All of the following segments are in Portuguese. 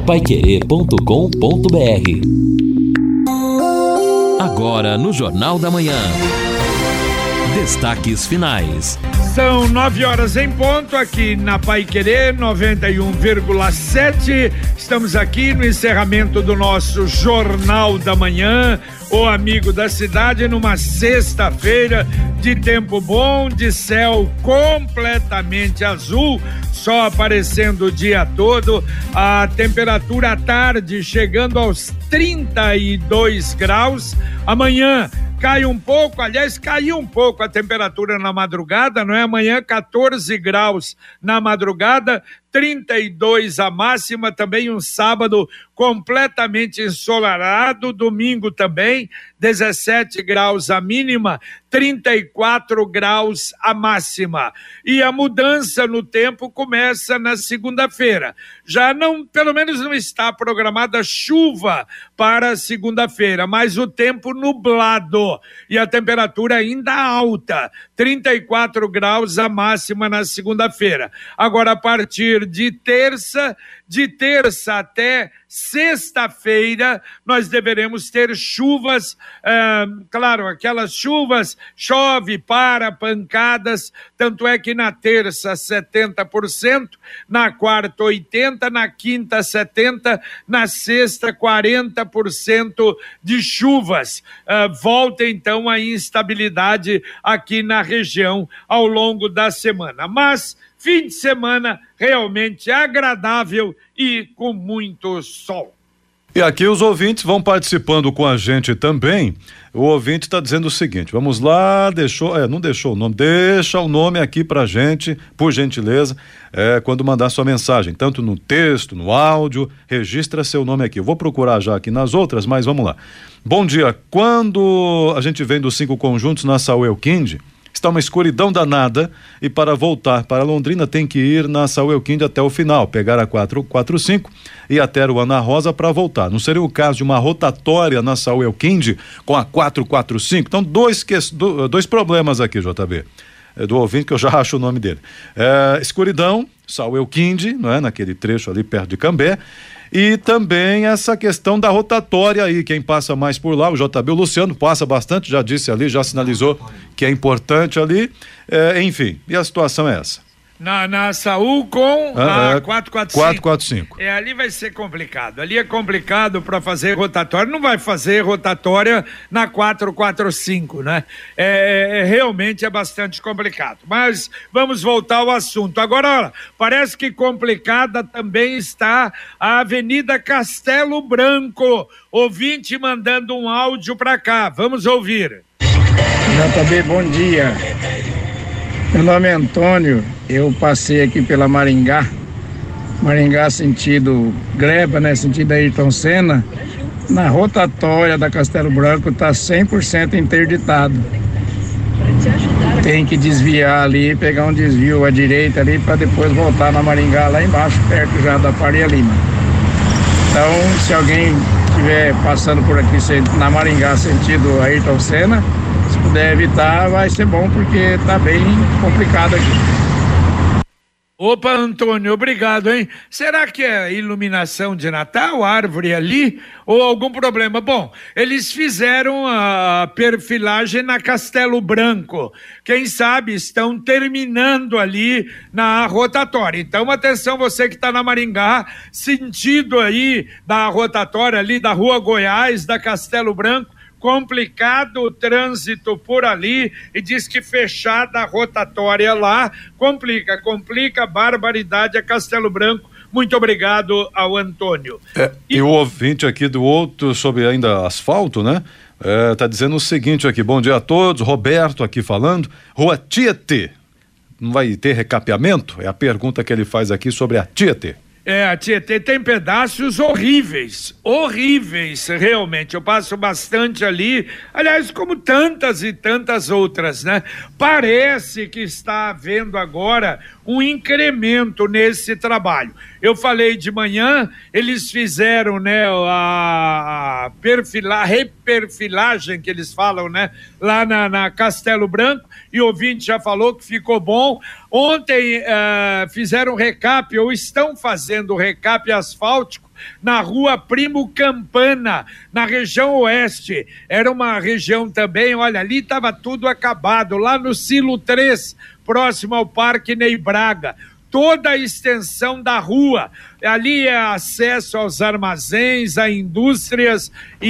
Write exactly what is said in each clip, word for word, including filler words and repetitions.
paiquerê ponto com ponto br. Agora no Jornal da Manhã. Destaques finais. São nove horas em ponto aqui na Paiquerê noventa e um vírgula sete. Estamos aqui no encerramento do nosso Jornal da Manhã, o amigo da cidade, numa sexta-feira de tempo bom, de céu completamente azul, só aparecendo o dia todo. A temperatura à tarde chegando aos trinta e dois graus. Amanhã cai um pouco, aliás, caiu um pouco a temperatura na madrugada, não é? Amanhã quatorze graus na madrugada, trinta e dois a máxima, também um sábado completamente ensolarado, domingo também, dezessete graus a mínima, trinta e quatro graus a máxima. E a mudança no tempo começa na segunda-feira. Já não, pelo menos não está programada chuva para segunda-feira, mas o tempo nublado e a temperatura ainda alta, trinta e quatro graus a máxima na segunda-feira. Agora, a partir de terça, de terça até sexta-feira, nós deveremos ter chuvas, ah, claro, aquelas chuvas, chove, para, pancadas, tanto é que na terça setenta por cento, na quarta oitenta por cento, na quinta setenta por cento, na sexta quarenta por cento de chuvas. Ah, volta então a instabilidade aqui na região ao longo da semana, mas fim de semana realmente agradável e com muito sol. E aqui os ouvintes vão participando com a gente também. O ouvinte está dizendo o seguinte, vamos lá, deixou, é, não deixou o nome, deixa o nome aqui pra gente, por gentileza, é, quando mandar sua mensagem, tanto no texto, no áudio, registra seu nome aqui. Eu vou procurar já aqui nas outras, mas vamos lá. Bom dia, quando a gente vem dos cinco conjuntos na Saúl Elquinde, está uma escuridão danada e para voltar para Londrina tem que ir na Saúl Elquinde até o final, pegar a quatrocentos e quarenta e cinco e até o Ana Rosa para voltar. Não seria o caso de uma rotatória na Saúl Elquinde com a quatrocentos e quarenta e cinco? Então, dois, que, dois problemas aqui, J B, é do ouvinte, que eu já acho o nome dele. É, escuridão, Saúl Elquinde, não é? Naquele trecho ali perto de Cambé. E também essa questão da rotatória aí, quem passa mais por lá, o J B, o Luciano passa bastante, já disse ali, já sinalizou que é importante ali, é, enfim, e a situação é essa. Na, na Saúl com ah, a é, quatrocentos e quarenta e cinco. quatrocentos e quarenta e cinco. É, ali vai ser complicado. Ali é complicado para fazer rotatória. Não vai fazer rotatória na quatrocentos e quarenta e cinco, né? É, é, realmente é bastante complicado. Mas vamos voltar ao assunto. Agora, olha, parece que complicada também está a Avenida Castelo Branco. Ouvinte mandando um áudio para cá. Vamos ouvir. J B, bom dia. Meu nome é Antônio, eu passei aqui pela Maringá, Maringá sentido Gleba, né, sentido Ayrton Senna, na rotatória da Castelo Branco está cem por cento interditado. Tem que desviar ali, pegar um desvio à direita ali para depois voltar na Maringá lá embaixo, perto já da Faria Lima. Então, se alguém estiver passando por aqui na Maringá sentido Ayrton Senna, se puder evitar, vai ser bom, porque está bem complicado aqui. Opa, Antônio, obrigado, hein? Será que é iluminação de Natal, árvore ali, ou algum problema? Bom, eles fizeram a perfilagem na Castelo Branco. Quem sabe estão terminando ali na rotatória. Então, atenção, você que está na Maringá, sentido aí da rotatória ali da Rua Goiás, da Castelo Branco, complicado o trânsito por ali, e diz que fechada a rotatória lá, complica, complica, barbaridade a Castelo Branco. Muito obrigado ao Antônio. É, e... e o ouvinte aqui do outro, sobre ainda asfalto, né? É, tá dizendo o seguinte aqui, bom dia a todos, Roberto aqui falando, Rua Tietê, não vai ter recapeamento? É a pergunta que ele faz aqui sobre a Tietê. É, a Tietê tem pedaços horríveis, horríveis, realmente. Eu passo bastante ali, aliás, como tantas e tantas outras, né? Parece que está havendo agora um incremento nesse trabalho. Eu falei de manhã, eles fizeram, né, a, perfila, reperfilagem que eles falam, né, lá na, na Castelo Branco, e o ouvinte já falou que ficou bom. Ontem uh, fizeram recap, ou estão fazendo recap asfáltico Na rua Primo Campana, na região oeste. Era uma região também, olha, ali estava tudo acabado, lá no Silo três, próximo ao Parque Ney Braga. Toda a extensão da rua, ali é acesso aos armazéns, a indústrias,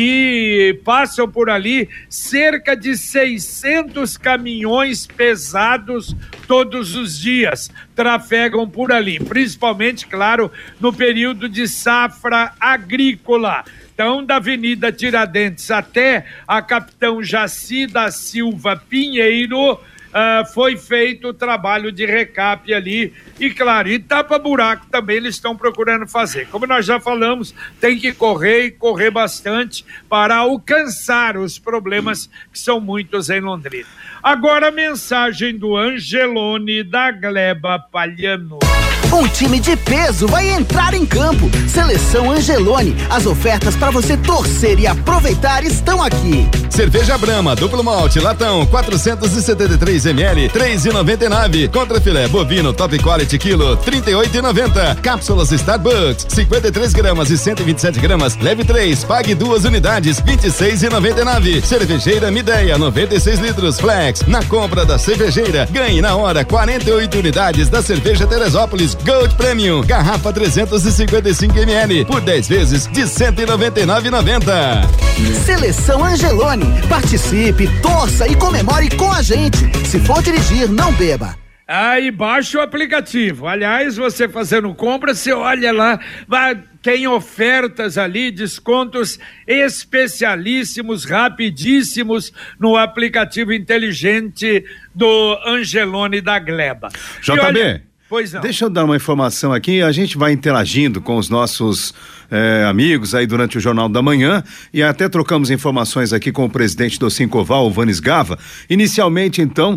e passam por ali cerca de seiscentos caminhões pesados todos os dias, trafegam por ali, principalmente, claro, no período de safra agrícola. Então, da Avenida Tiradentes até a Capitão Jaci da Silva Pinheiro, Uh, foi feito o trabalho de recap ali, e claro, e tapa-buraco também eles estão procurando fazer. Como nós já falamos, tem que correr e correr bastante para alcançar os problemas que são muitos em Londrina. Agora a mensagem do Angelone da Gleba Palhano. Um time de peso vai entrar em campo. Seleção Angelone. As ofertas para você torcer e aproveitar estão aqui. Cerveja Brahma, duplo malte, latão, quatrocentos e setenta e três mililitros, três reais e noventa e nove centavos. Contra filé bovino top quality quilo, trinta e oito reais e noventa centavos. Cápsulas Starbucks, cinquenta e três gramas e cento e vinte e sete gramas. Leve três, pague duas unidades, vinte e seis reais e noventa e nove centavos. Cervejeira Mideia, noventa e seis litros. Flex, na compra da cervejeira, ganhe na hora quarenta e oito unidades da cerveja Teresópolis Gold Premium, garrafa trezentos e cinquenta e cinco mililitros por dez vezes de cento e noventa e nove reais e noventa centavos. Seleção Angelone. Participe, torça e comemore com a gente. Se for dirigir, não beba. Aí baixa o aplicativo. Aliás, você fazendo compra, você olha lá, vai, tem ofertas ali, descontos especialíssimos, rapidíssimos no aplicativo inteligente do Angelone da Gleba. J B, olha, pois não. Deixa eu dar uma informação aqui, a gente vai interagindo com os nossos eh, amigos aí durante o Jornal da Manhã, e até trocamos informações aqui com o presidente do Sincoval, o Vanes Gava. Inicialmente, então,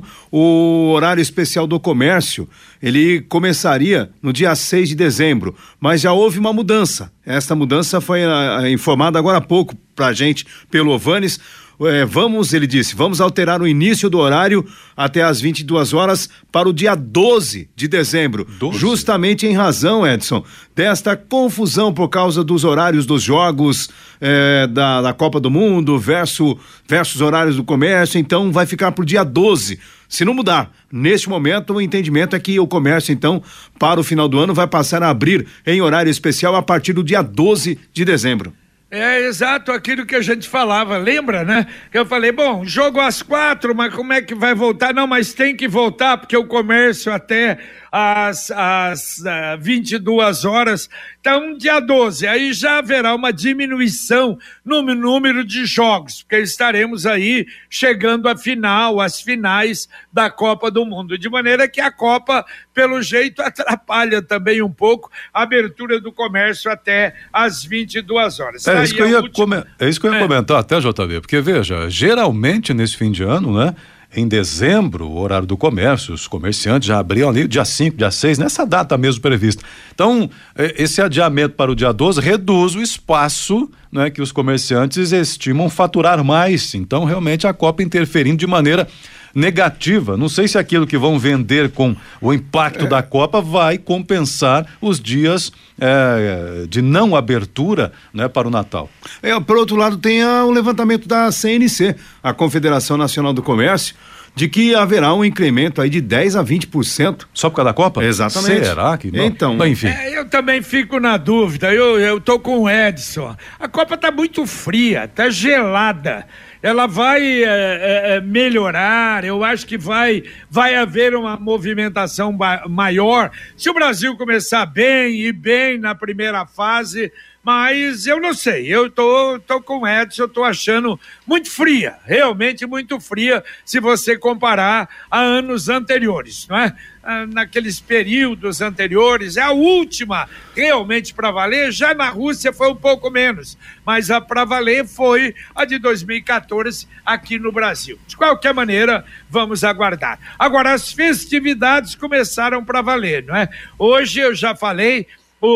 o horário especial do comércio, ele começaria no dia seis de dezembro, mas já houve uma mudança. Esta mudança foi ah, informada agora há pouco pra gente pelo Vanes. É, vamos, ele disse, vamos alterar o início do horário até às vinte e duas horas para o dia doze de dezembro. doze? Justamente em razão, Edson, desta confusão por causa dos horários dos jogos é, da, da Copa do Mundo versus, versus horários do comércio. Então vai ficar pro dia doze. Se não mudar, neste momento o entendimento é que o comércio, então, para o final do ano vai passar a abrir em horário especial a partir do dia doze de dezembro. É exato aquilo que a gente falava, lembra, né? Que eu falei, bom, jogo às quatro, mas como é que vai voltar? Não, mas tem que voltar, porque o comércio até às, às uh, vinte e duas horas, então dia doze, aí já haverá uma diminuição no número de jogos, porque estaremos aí chegando à final, às finais da Copa do Mundo, de maneira que a Copa, pelo jeito, atrapalha também um pouco a abertura do comércio até às vinte e duas horas. É isso que eu ia, come... é isso que eu ia é. comentar até, J B, porque veja, geralmente nesse fim de ano, né? Em dezembro, o horário do comércio, os comerciantes já abriam ali dia cinco, dia seis, nessa data mesmo prevista. Então, esse adiamento para o dia doze reduz o espaço, né, que os comerciantes estimam faturar mais. Então, realmente, a Copa interferindo de maneira negativa. Não sei se aquilo que vão vender com o impacto é. da Copa vai compensar os dias é, de não abertura, né, para o Natal. É, por outro lado, tem a, o levantamento da C N C, a Confederação Nacional do Comércio, de que haverá um incremento aí de dez a vinte por cento. Só por causa da Copa? Exatamente. Será que não? Então, Bom, enfim. É, eu também fico na dúvida, eu, eu tô com o Edson. A Copa tá muito fria, tá gelada. Ela vai é, é, melhorar, eu acho que vai, vai haver uma movimentação maior se o Brasil começar bem e bem na primeira fase, mas eu não sei, eu tô, tô com o Edson, eu tô achando muito fria, realmente muito fria, se você comparar a anos anteriores, não é? Naqueles períodos anteriores, é a última realmente para valer, já na Rússia foi um pouco menos, mas a para valer foi a de dois mil e quatorze aqui no Brasil. De qualquer maneira, vamos aguardar. Agora, as festividades começaram para valer, não é? Hoje eu já falei,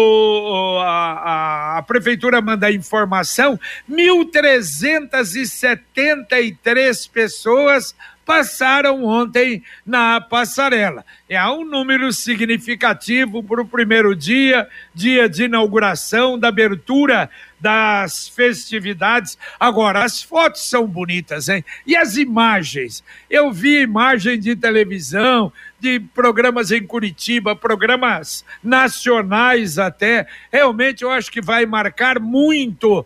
O, a, a prefeitura manda a informação, mil trezentas e setenta e três pessoas passaram ontem na passarela. É um número significativo para o primeiro dia, dia de inauguração, da abertura das festividades. Agora, as fotos são bonitas, hein? E as imagens? Eu vi imagem de televisão, de programas em Curitiba, programas nacionais até. Realmente eu acho que vai marcar muito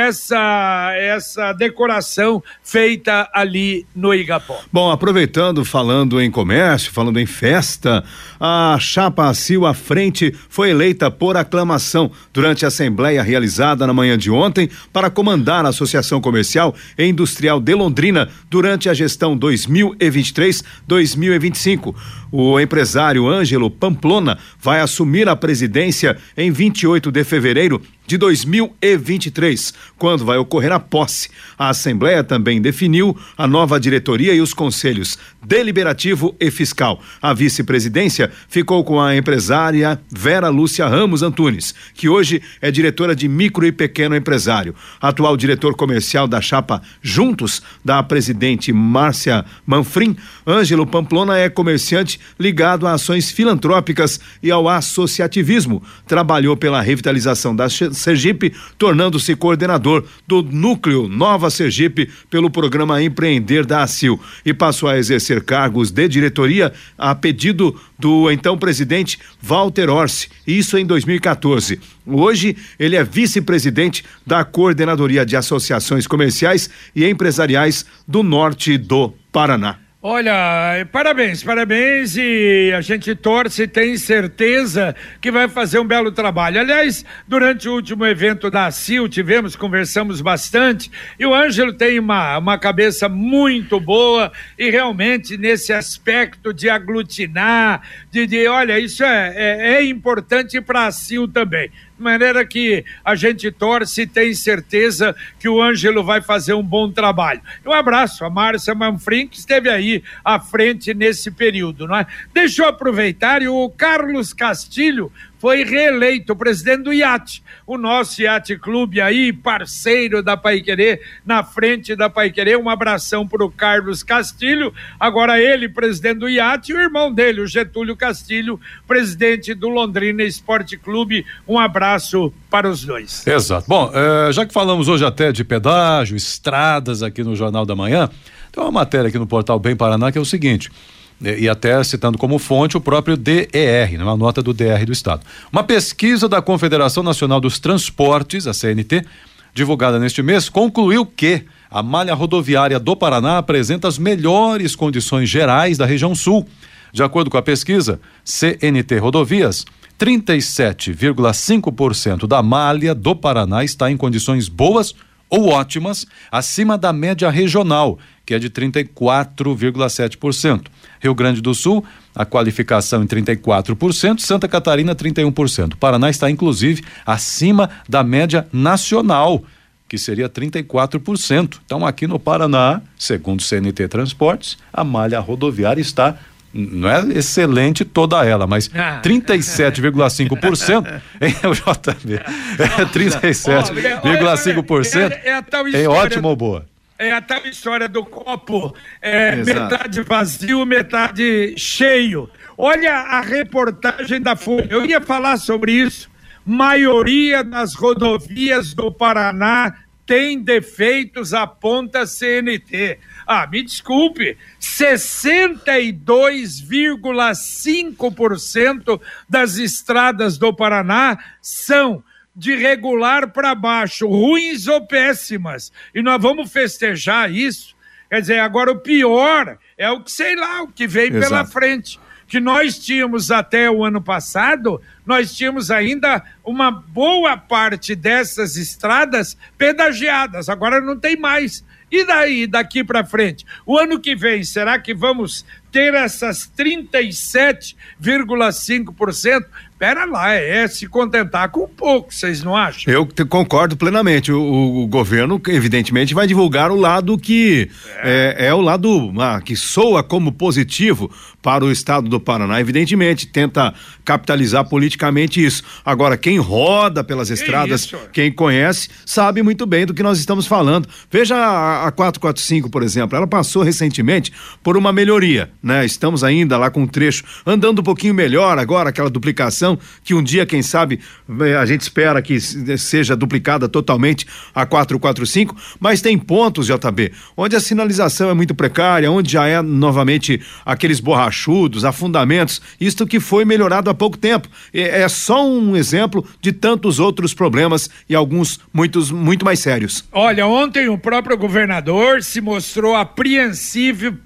essa, essa decoração feita ali no Igapó. Bom, aproveitando, falando em comércio, falando em festa, a chapa Acil à frente foi eleita por aclamação durante a assembleia realizada na manhã de ontem para comandar a Associação Comercial e Industrial de Londrina durante a gestão dois mil e vinte e três a dois mil e vinte e cinco. O empresário Ângelo Pamplona vai assumir a presidência em vinte e oito de fevereiro de dois mil e vinte e três, quando vai ocorrer a posse. A Assembleia também definiu a nova diretoria e os conselhos deliberativo e fiscal. A vice-presidência ficou com a empresária Vera Lúcia Ramos Antunes, que hoje é diretora de micro e pequeno empresário. Atual diretor comercial da chapa Juntos, da presidente Márcia Manfrim, Ângelo Pamplona é comerciante ligado a ações filantrópicas e ao associativismo. Trabalhou pela revitalização da Sergipe, tornando-se coordenador do Núcleo Nova Sergipe pelo programa Empreender da Acil e passou a exercer cargos de diretoria a pedido do então presidente Walter Orsi, isso em dois mil e quatorze. Hoje ele é vice-presidente da Coordenadoria de Associações Comerciais e Empresariais do Norte do Paraná. Olha, parabéns, parabéns, e a gente torce e tem certeza que vai fazer um belo trabalho. Aliás, durante o último evento da Acil, tivemos, conversamos bastante, e o Ângelo tem uma, uma cabeça muito boa, e realmente nesse aspecto de aglutinar, de, de olha, isso é, é, é importante para a Acil também. De maneira que a gente torce e tem certeza que o Ângelo vai fazer um bom trabalho. Um abraço a Márcia Manfrim, que esteve aí à frente nesse período, não é? Deixa eu aproveitar, e o Carlos Castilho foi reeleito presidente do I A T, o nosso I A T Clube aí, parceiro da Paiquerê, na frente da Paiquerê. Um abração para o Carlos Castilho, agora ele presidente do I A T, e o irmão dele, o Getúlio Castilho, presidente do Londrina Esporte Clube. Um abraço para os dois. Exato. Bom, é, já que falamos hoje até de pedágio, estradas aqui no Jornal da Manhã, tem uma matéria aqui no portal Bem Paraná que é o seguinte, e até citando como fonte o próprio D E R, uma nota do D E R do Estado. Uma pesquisa da Confederação Nacional dos Transportes, a C N T, divulgada neste mês, concluiu que a malha rodoviária do Paraná apresenta as melhores condições gerais da região sul. De acordo com a pesquisa C N T Rodovias, trinta e sete vírgula cinco por cento da malha do Paraná está em condições boas ou ótimas, acima da média regional, que é de trinta e quatro vírgula sete por cento. Rio Grande do Sul, a qualificação em trinta e quatro por cento, Santa Catarina trinta e um por cento. Paraná está inclusive acima da média nacional, que seria trinta e quatro por cento. Então aqui no Paraná, segundo o C N T Transportes, a malha rodoviária está, não é excelente toda ela, mas trinta e sete vírgula cinco por cento em o J B, é trinta e sete vírgula cinco por cento é, é, é, é ótimo ou boa? É a tal história do copo, é, metade vazio, metade cheio. Olha a reportagem da Folha, eu ia falar sobre isso. Maioria das rodovias do Paraná tem defeitos, aponta C N T. Ah, me desculpe, sessenta e dois vírgula cinco por cento das estradas do Paraná são de regular para baixo, ruins ou péssimas. E nós vamos festejar isso. Quer dizer, agora o pior é o que, sei lá, o que vem Exato. Pela frente. Que nós tínhamos até o ano passado, nós tínhamos ainda uma boa parte dessas estradas pedagiadas, agora não tem mais. E daí, daqui para frente? O ano que vem, será que vamos ter essas trinta e sete vírgula cinco por cento? Pera lá, é se contentar com pouco, vocês não acham? Eu te, concordo plenamente. O, o governo, evidentemente, vai divulgar o lado que é, é, é o lado ah, que soa como positivo para o estado do Paraná. Evidentemente, tenta capitalizar politicamente isso. Agora, quem roda pelas que estradas, isso? quem conhece, sabe muito bem do que nós estamos falando. Veja a, a quatrocentos e quarenta e cinco, por exemplo, ela passou recentemente por uma melhoria, né? Estamos ainda lá com um trecho andando um pouquinho melhor agora, aquela duplicação que um dia, quem sabe, a gente espera que seja duplicada totalmente a quatrocentos e quarenta e cinco, mas tem pontos, J B, onde a sinalização é muito precária, onde já é novamente aqueles borrachudos, afundamentos, isto que foi melhorado há pouco tempo. É, é só um exemplo de tantos outros problemas e alguns muitos, muito mais sérios. Olha, ontem o próprio governador se mostrou apreensivo,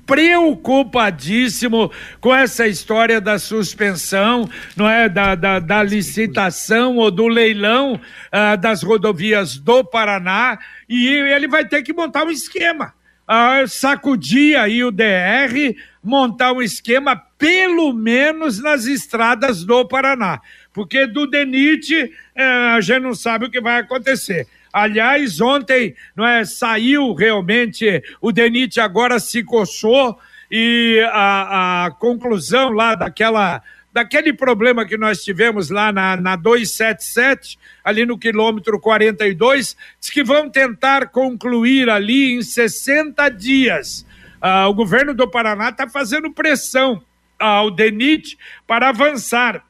preocupadíssimo com essa história da suspensão, não é, da Da, da licitação ou do leilão ah, das rodovias do Paraná, e ele vai ter que montar um esquema, ah, sacudir aí o D R, montar um esquema pelo menos nas estradas do Paraná, porque do DENIT ah, a gente não sabe o que vai acontecer. Aliás, ontem, não é, saiu realmente, o DENIT agora se coçou e a, a conclusão lá daquela daquele problema que nós tivemos lá na, na duzentos e setenta e sete, ali no quilômetro quarenta e dois, diz que vão tentar concluir ali em sessenta dias. Ah, o governo do Paraná está fazendo pressão ao DENIT para avançar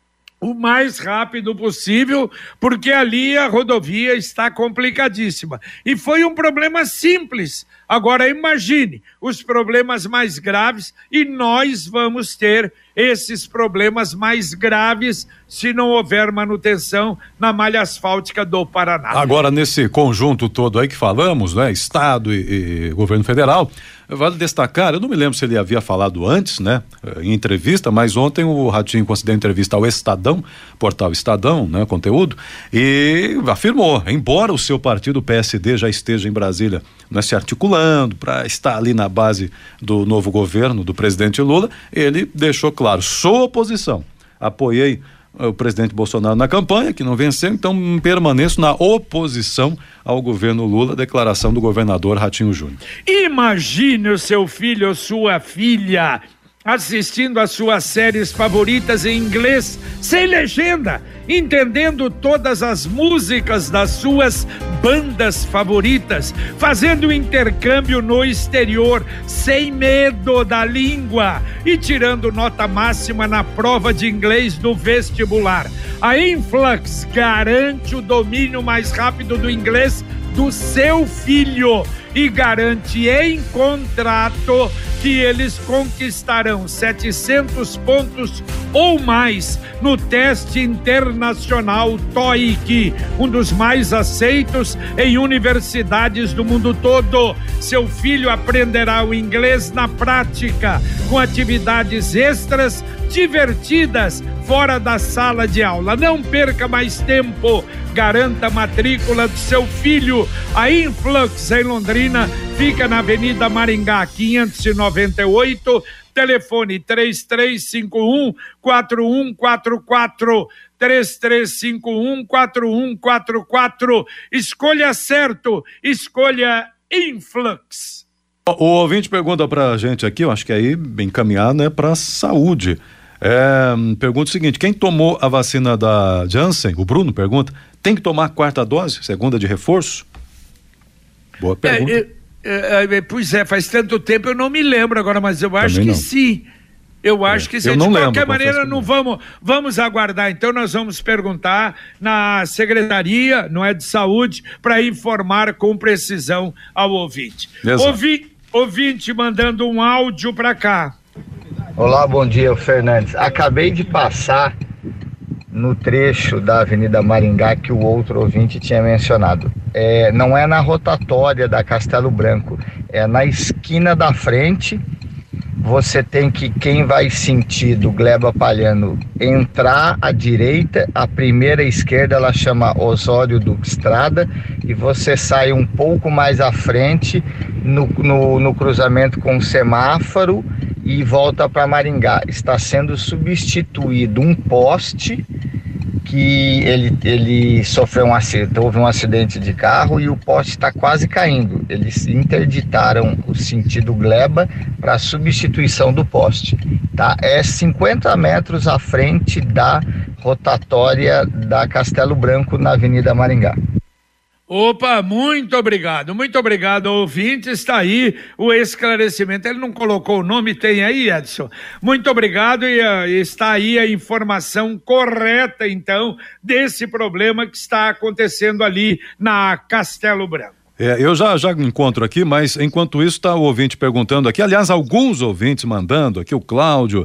o mais rápido possível, porque ali a rodovia está complicadíssima. E foi um problema simples. Agora imagine os problemas mais graves, e nós vamos ter esses problemas mais graves se não houver manutenção na malha asfáltica do Paraná. Agora, nesse conjunto todo aí que falamos, né, Estado e, e governo federal, vale destacar, eu não me lembro se ele havia falado antes, né, em entrevista, mas ontem o Ratinho concedeu entrevista ao Estadão, portal Estadão, né, conteúdo, e afirmou, embora o seu partido, o P S D, já esteja em Brasília, né, se articulando para estar ali na base do novo governo do presidente Lula, ele deixou claro, sou oposição, apoiei o presidente Bolsonaro na campanha, que não venceu, então permaneço na oposição ao governo Lula, declaração do governador Ratinho Júnior. Imagine o seu filho ou sua filha assistindo às suas séries favoritas em inglês, sem legenda, entendendo todas as músicas das suas bandas favoritas, fazendo intercâmbio no exterior, sem medo da língua e tirando nota máxima na prova de inglês do vestibular. A Influx garante o domínio mais rápido do inglês do seu filho e garante em contrato que eles conquistarão setecentos pontos ou mais no teste internacional TOEIC, um dos mais aceitos em universidades do mundo todo. Seu filho aprenderá o inglês na prática, com atividades extras divertidas fora da sala de aula. Não perca mais tempo, garanta a matrícula do seu filho. A Influx em Londrina fica na Avenida Maringá quinhentos e noventa e oito, telefone três três cinco um, quatro um quatro quatro, três três cinco um, quatro um quatro quatro. Escolha certo, escolha Influx. O ouvinte pergunta pra gente aqui, eu acho que aí bem encaminhado, né, pra saúde. É, pergunta o seguinte: quem tomou a vacina da Janssen, o Bruno pergunta, tem que tomar a quarta dose, segunda de reforço? Boa pergunta. É, é, é, pois é, faz tanto tempo eu não me lembro agora, mas eu acho Também que não. sim. Eu acho é, que sim. Eu De não qualquer lembro, maneira, não vamos, vamos aguardar. Então, nós vamos perguntar na Secretaria, não é, de Saúde, para informar com precisão ao ouvinte. Ouvi, ouvinte mandando um áudio para cá. Olá, bom dia, Fernandes. Acabei de passar no trecho da Avenida Maringá que o outro ouvinte tinha mencionado. É, não é na rotatória da Castelo Branco, é na esquina da frente. Você tem que, quem vai sentido Gleba Palhano, entrar à direita, a primeira esquerda ela chama Osório Duque Estrada, e você sai um pouco mais à frente no, no, no cruzamento com o semáforo, e volta para Maringá. Está sendo substituído um poste que ele, ele sofreu um acidente, houve um acidente de carro e o poste está quase caindo. Eles interditaram o sentido Gleba para substituição do poste. Tá? É cinquenta metros à frente da rotatória da Castelo Branco na Avenida Maringá. Opa, muito obrigado, muito obrigado, ouvinte, está aí o esclarecimento. Ele não colocou o nome, tem aí, Edson? Muito obrigado e uh, está aí a informação correta, então, desse problema que está acontecendo ali na Castelo Branco. É, eu já, já encontro aqui, mas enquanto isso está o ouvinte perguntando aqui, aliás, alguns ouvintes mandando aqui, o Cláudio,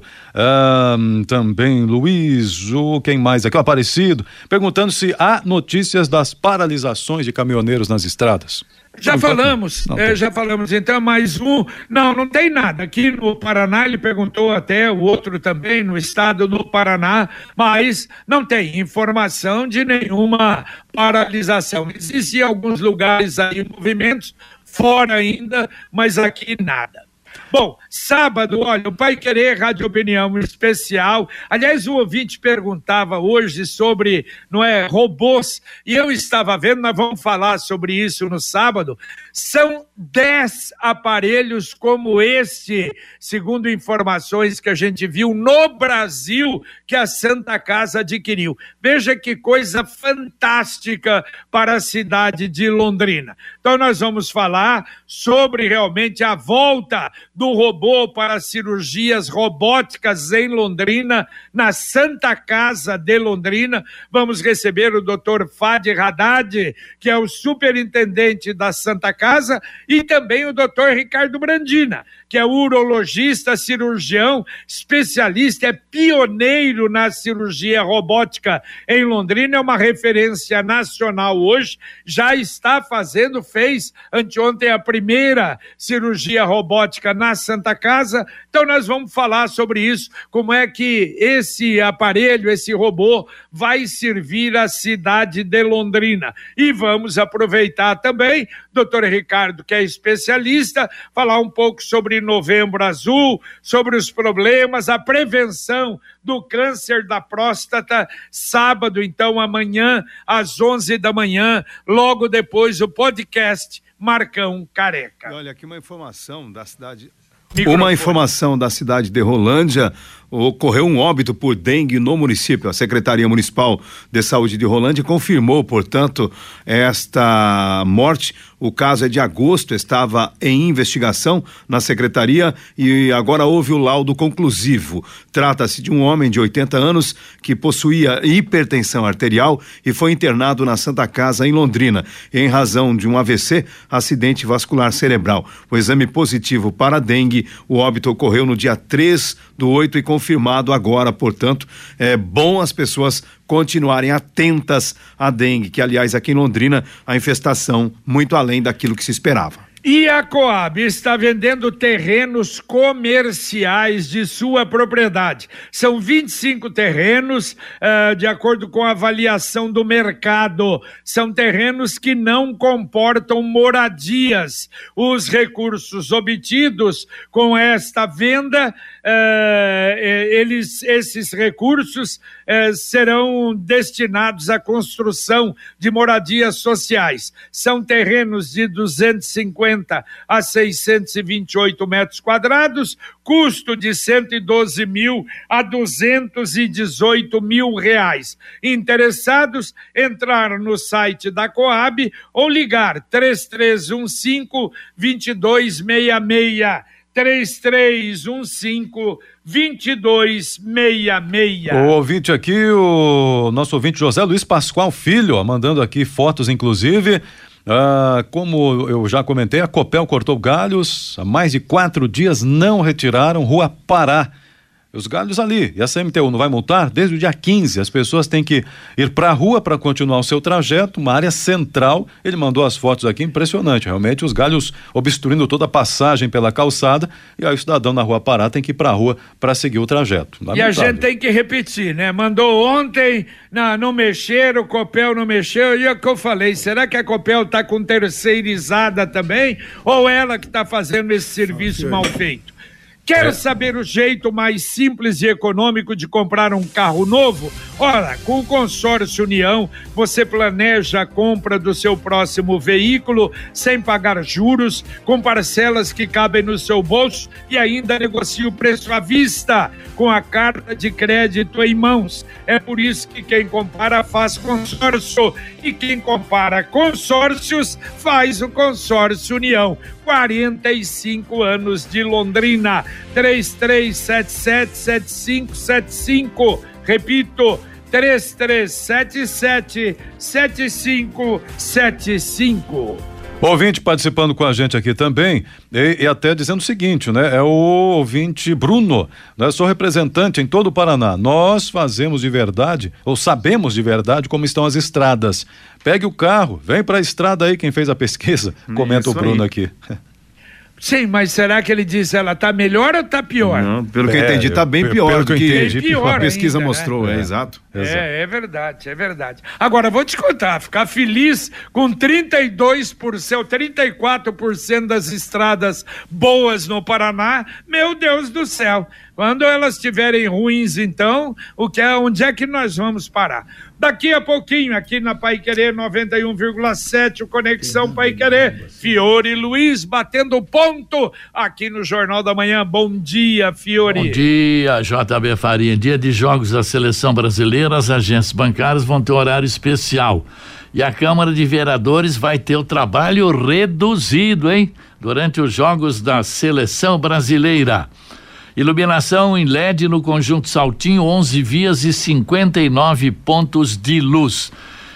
um, também Luiz, o quem mais aqui, o Aparecido, perguntando se há notícias das paralisações de caminhoneiros nas estradas. Já não, falamos, não, é, já falamos, então, mais um, não, não tem nada, aqui no Paraná, ele perguntou até, o outro também, no estado do Paraná, mas não tem informação de nenhuma paralisação. Existem alguns lugares aí, movimentos, fora ainda, mas aqui nada. Bom, sábado, olha, o Pai Querer Rádio Opinião Especial, aliás, o ouvinte perguntava hoje sobre, não é, robôs, e eu estava vendo, nós vamos falar sobre isso no sábado, são dez aparelhos como este, segundo informações que a gente viu no Brasil, que a Santa Casa adquiriu. Veja que coisa fantástica para a cidade de Londrina. Então nós vamos falar sobre realmente a volta do robô para cirurgias robóticas em Londrina, na Santa Casa de Londrina. Vamos receber o doutor Fadi Haddad, que é o superintendente da Santa Casa, e também o doutor Ricardo Brandina, que é urologista, cirurgião, especialista, é pioneiro na cirurgia robótica em Londrina, é uma referência nacional hoje, já está fazendo, fez anteontem a primeira cirurgia robótica na Santa Casa. Então nós vamos falar sobre isso, como é que esse aparelho, esse robô vai servir à cidade de Londrina. E vamos aproveitar também, doutor Ricardo, que é especialista, falar um pouco sobre Novembro Azul, sobre os problemas, a prevenção do câncer da próstata, sábado, então, amanhã, às onze da manhã, logo depois o podcast Marcão Careca. Olha, aqui uma informação da cidade... Microfone. Uma informação da cidade de Rolândia: ocorreu um óbito por dengue no município. A Secretaria Municipal de Saúde de Rolândia confirmou, portanto, esta morte. O caso é de agosto, estava em investigação na secretaria e agora houve o laudo conclusivo. Trata-se de um homem de oitenta anos que possuía hipertensão arterial e foi internado na Santa Casa, em Londrina, em razão de um A V C, acidente vascular cerebral. O exame positivo para dengue, o óbito ocorreu no dia três do oito e confirmado agora, portanto, é bom as pessoas continuarem atentas à dengue, que aliás aqui em Londrina a infestação muito além daquilo que se esperava. E a Coab está vendendo terrenos comerciais de sua propriedade. São vinte e cinco terrenos, uh, de acordo com a avaliação do mercado. São terrenos que não comportam moradias. Os recursos obtidos com esta venda, uh, eles, esses recursos uh, serão destinados à construção de moradias sociais. São terrenos de duzentos e cinquenta a seiscentos e vinte e oito metros quadrados, custo de cento e doze mil a duzentos e dezoito mil reais. Interessados, entrar no site da Coab ou ligar três três um cinco, dois dois seis seis, três três um cinco, dois dois seis seis. O ouvinte aqui, o nosso ouvinte José Luiz Pascoal Filho, ó, mandando aqui fotos, inclusive. Ah, como eu já comentei, a Copel cortou galhos, há mais de quatro dias não retiraram, Rua Pará. Os galhos ali, e a C M T U não vai multar? Desde o dia quinze, as pessoas têm que ir para a rua para continuar o seu trajeto, uma área central. Ele mandou as fotos aqui, impressionante, realmente os galhos obstruindo toda a passagem pela calçada, e aí o cidadão na Rua Pará tem que ir para a rua para seguir o trajeto. E a gente tem que repetir, né? Mandou ontem, não, não mexeram, o Copel não mexeu, e é o que eu falei, será que a Copel está com terceirizada também, ou ela que está fazendo esse serviço mal feito? Quer É. saber o jeito mais simples e econômico de comprar um carro novo? Ora, com o Consórcio União, você planeja a compra do seu próximo veículo sem pagar juros, com parcelas que cabem no seu bolso e ainda negocia o preço à vista, com a carta de crédito em mãos. É por isso que quem compara faz consórcio e quem compara consórcios faz o Consórcio União. quarenta e cinco anos de Londrina. Três três sete sete, sete cinco sete cinco. Repito, três três sete sete, sete cinco sete cinco. Ouvinte participando com a gente aqui também, e, e até dizendo o seguinte, né? É o ouvinte Bruno, né? Sou representante em todo o Paraná. Nós fazemos de verdade, ou sabemos de verdade como estão as estradas. Pegue o carro, vem pra estrada aí quem fez a pesquisa, comenta o Bruno aí. aqui. Sim, mas será que ele disse ela tá melhor ou tá pior? Não, pelo que eu É, entendi, tá bem eu- pior pelo do que eu que entendi, pior a pesquisa ainda, mostrou, né? é, exato. É, é verdade, é verdade. Agora, vou te contar, ficar feliz com trinta e dois por cento, trinta e quatro por cento das estradas boas no Paraná, meu Deus do céu. Quando elas estiverem ruins, então, o que é, onde é que nós vamos parar? Daqui a pouquinho, aqui na Paiquerê noventa e um vírgula sete, o Conexão Paiquerê, Fiore Luiz batendo ponto aqui no Jornal da Manhã. Bom dia, Fiore. Bom dia, J B Faria. Dia de jogos da Seleção Brasileira, as agências bancárias vão ter horário especial. E a Câmara de Vereadores vai ter o trabalho reduzido, hein? Durante os jogos da Seleção Brasileira. Iluminação em L E D no Conjunto Saltinho, onze vias e cinquenta e nove pontos de luz.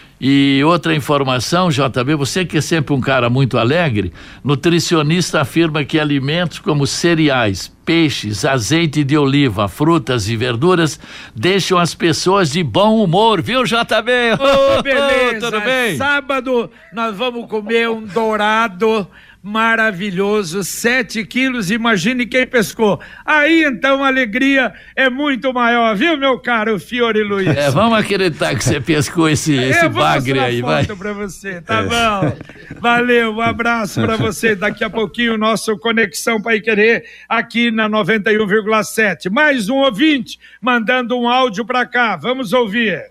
E outra informação, J B, você que é sempre um cara muito alegre, nutricionista afirma que alimentos como cereais, peixes, azeite de oliva, frutas e verduras deixam as pessoas de bom humor, viu, J B? Ô, beleza. Tudo bem? Sábado nós vamos comer um dourado maravilhoso, sete quilos, imagine quem pescou. Aí então a alegria é muito maior, viu, meu caro Fiore Luiz? É, vamos acreditar que você pescou esse, esse Eu vou bagre mostrar aí, foto vai. pra você, tá bom? Valeu, um abraço pra você. Daqui a pouquinho o nosso Conexão Paiquerê aqui na noventa e um vírgula sete. Mais um ouvinte mandando um áudio pra cá. Vamos ouvir.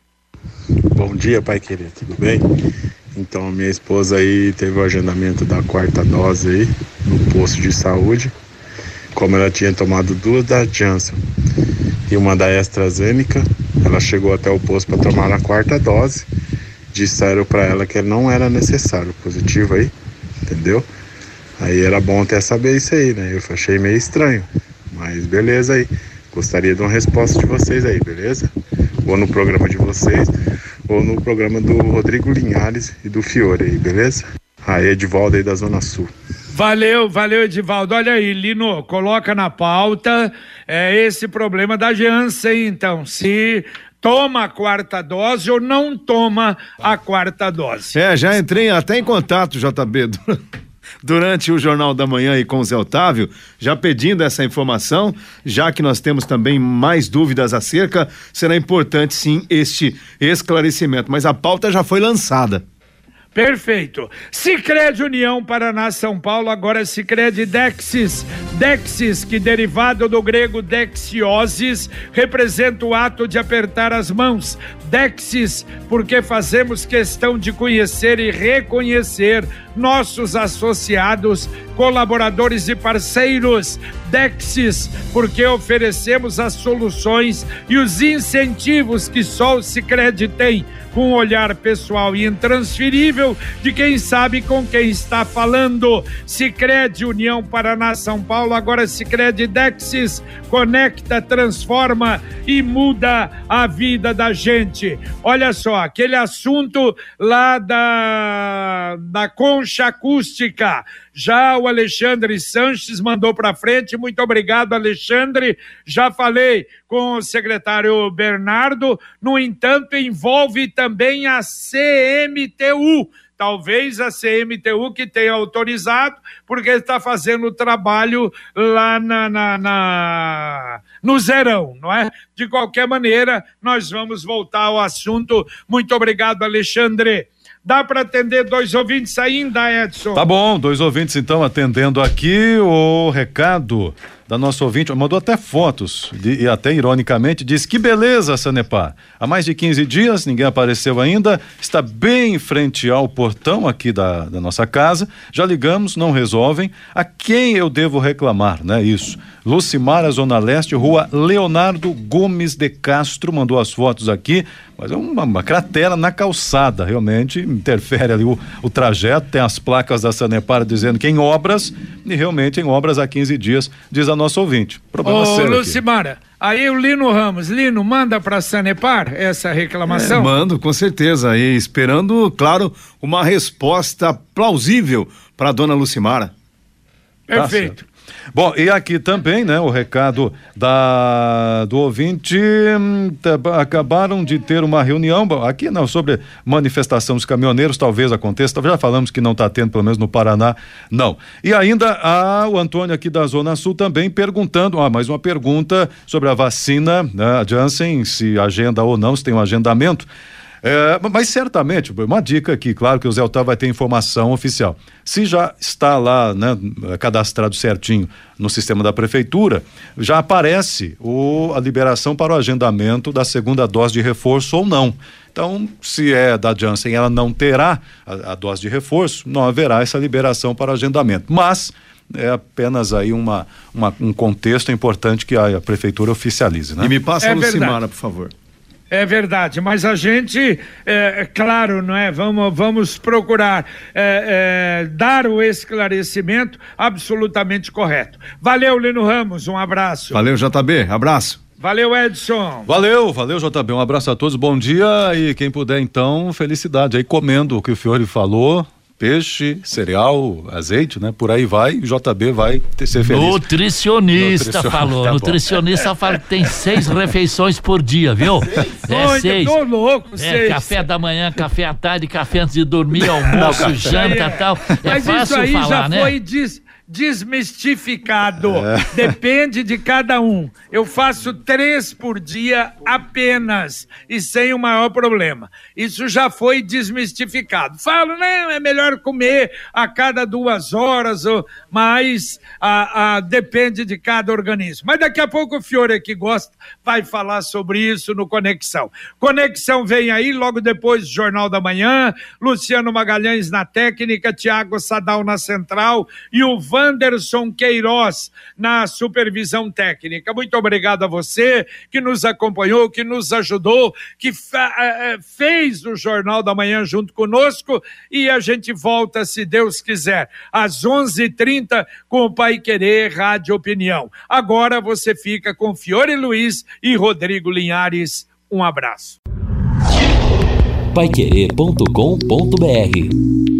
Bom dia, Paiquerê, tudo bem? Então, minha esposa aí teve o agendamento da quarta dose aí no posto de saúde. Como ela tinha tomado duas da Janssen e uma da AstraZeneca, ela chegou até o posto para tomar a quarta dose. Disseram para ela que não era necessário, positivo aí, entendeu? Aí era bom até saber isso aí, né? Eu achei meio estranho, mas beleza aí. Gostaria de uma resposta de vocês aí, beleza? Ou no programa de vocês, ou no programa do Rodrigo Linhares e do Fiore aí, beleza? Aí, Edivaldo aí da Zona Sul. Valeu, valeu, Edivaldo. Olha aí, Lino, coloca na pauta é, esse problema da Janssen, então, se toma a quarta dose ou não toma a quarta dose. É, já entrei até em contato, J B, durante o Jornal da Manhã e com o Zé Otávio, já pedindo essa informação, já que nós temos também mais dúvidas acerca, será importante sim este esclarecimento, mas a pauta já foi lançada. Perfeito. Sicredi União Paraná São Paulo, agora Sicredi Dexis. Dexis, que derivado do grego dexioses, representa o ato de apertar as mãos. Dexis, porque fazemos questão de conhecer e reconhecer nossos associados, colaboradores e parceiros. Dexis, porque oferecemos as soluções e os incentivos que só o Sicredi tem, com um olhar pessoal e intransferível de quem sabe com quem está falando. Sicredi União Paraná São Paulo, agora Sicredi Dexis, conecta, transforma e muda a vida da gente. Olha só, aquele assunto lá da, da concha acústica, já o Alexandre Sanches mandou para frente, muito obrigado, Alexandre, já falei com o secretário Bernardo, no entanto envolve também a C M T U, talvez a C M T U que tenha autorizado, porque está fazendo o trabalho lá na, na, na, no Zerão, não é? De qualquer maneira, nós vamos voltar ao assunto. Muito obrigado, Alexandre. Dá para atender dois ouvintes ainda, Edson? Tá bom, dois ouvintes então atendendo aqui o recado da nossa ouvinte, mandou até fotos de, e até ironicamente diz: que beleza, Sanepar, há mais de quinze dias, ninguém apareceu ainda, está bem em frente ao portão aqui da, da nossa casa, já ligamos, não resolvem, a quem eu devo reclamar, né? Isso. Lucimara, Zona Leste, Rua Leonardo Gomes de Castro, mandou as fotos aqui, mas é uma, uma cratera na calçada, realmente interfere ali o, o trajeto, tem as placas da Sanepar dizendo que em obras, e realmente em obras há quinze dias, diz a nossa ouvinte. Problema Ô, sério Lucimara, aí o Lino Ramos, Lino, manda pra Sanepar essa reclamação? É, mando, com certeza, e esperando, claro, uma resposta plausível para dona Lucimara. Perfeito. Tá. Bom, e aqui também, né, o recado da, do ouvinte, hum, tá, acabaram de ter uma reunião, aqui não, sobre manifestação dos caminhoneiros, talvez aconteça, já falamos que não está tendo, pelo menos no Paraná, não. E ainda há o Antônio aqui da Zona Sul também perguntando, ah, mais uma pergunta sobre a vacina, né, a Janssen, se agenda ou não, se tem um agendamento. É, mas certamente, uma dica aqui, claro que o Zé Otávio vai ter informação oficial. Se já está lá, né, cadastrado certinho no sistema da prefeitura, já aparece o, a liberação para o agendamento da segunda dose de reforço ou não. Então, se é da Janssen, ela não terá a, a dose de reforço, não haverá essa liberação para o agendamento. Mas é apenas aí uma, uma, um contexto importante que a, a prefeitura oficialize, né? E me passa É a Lucimara, verdade. por favor. É verdade, mas a gente, é, é claro, não é? Vamos, vamos procurar é, é, dar o esclarecimento absolutamente correto. Valeu, Lino Ramos, um abraço. Valeu, J B, abraço. Valeu, Edson. Valeu, valeu, J B, um abraço a todos, bom dia e quem puder então, felicidade aí, comendo o que o Fiore falou. Peixe, cereal, azeite, né? Por aí vai, o J B vai ter, ser feliz. Nutricionista, Nutricionista falou. Tá Nutricionista fala que tem seis refeições por dia, viu? É seis. Tô louco, é, seis. Café da manhã, café à tarde, café antes de dormir, almoço, janta e é. tal. É Mas fácil isso aí falar, já né? foi des, desmistificado. É. Depende de cada um. Eu faço três por dia apenas e sem o maior problema. Isso já foi desmistificado. Falo, né? É melhor comer a cada duas horas, mas a, a, depende de cada organismo. Mas daqui a pouco o Fiore, que gosta, vai falar sobre isso no Conexão. Conexão vem aí logo depois do Jornal da Manhã, Luciano Magalhães na técnica, Tiago Sadal na central e o Wanderson Queiroz na supervisão técnica. Muito obrigado a você que nos acompanhou, que nos ajudou, que fez o Jornal da Manhã junto conosco e a gente volta, se Deus quiser, às onze e trinta com o Pai Querer Rádio Opinião. Agora você fica com Fiore Luiz e Rodrigo Linhares. Um abraço. pai querer ponto com ponto br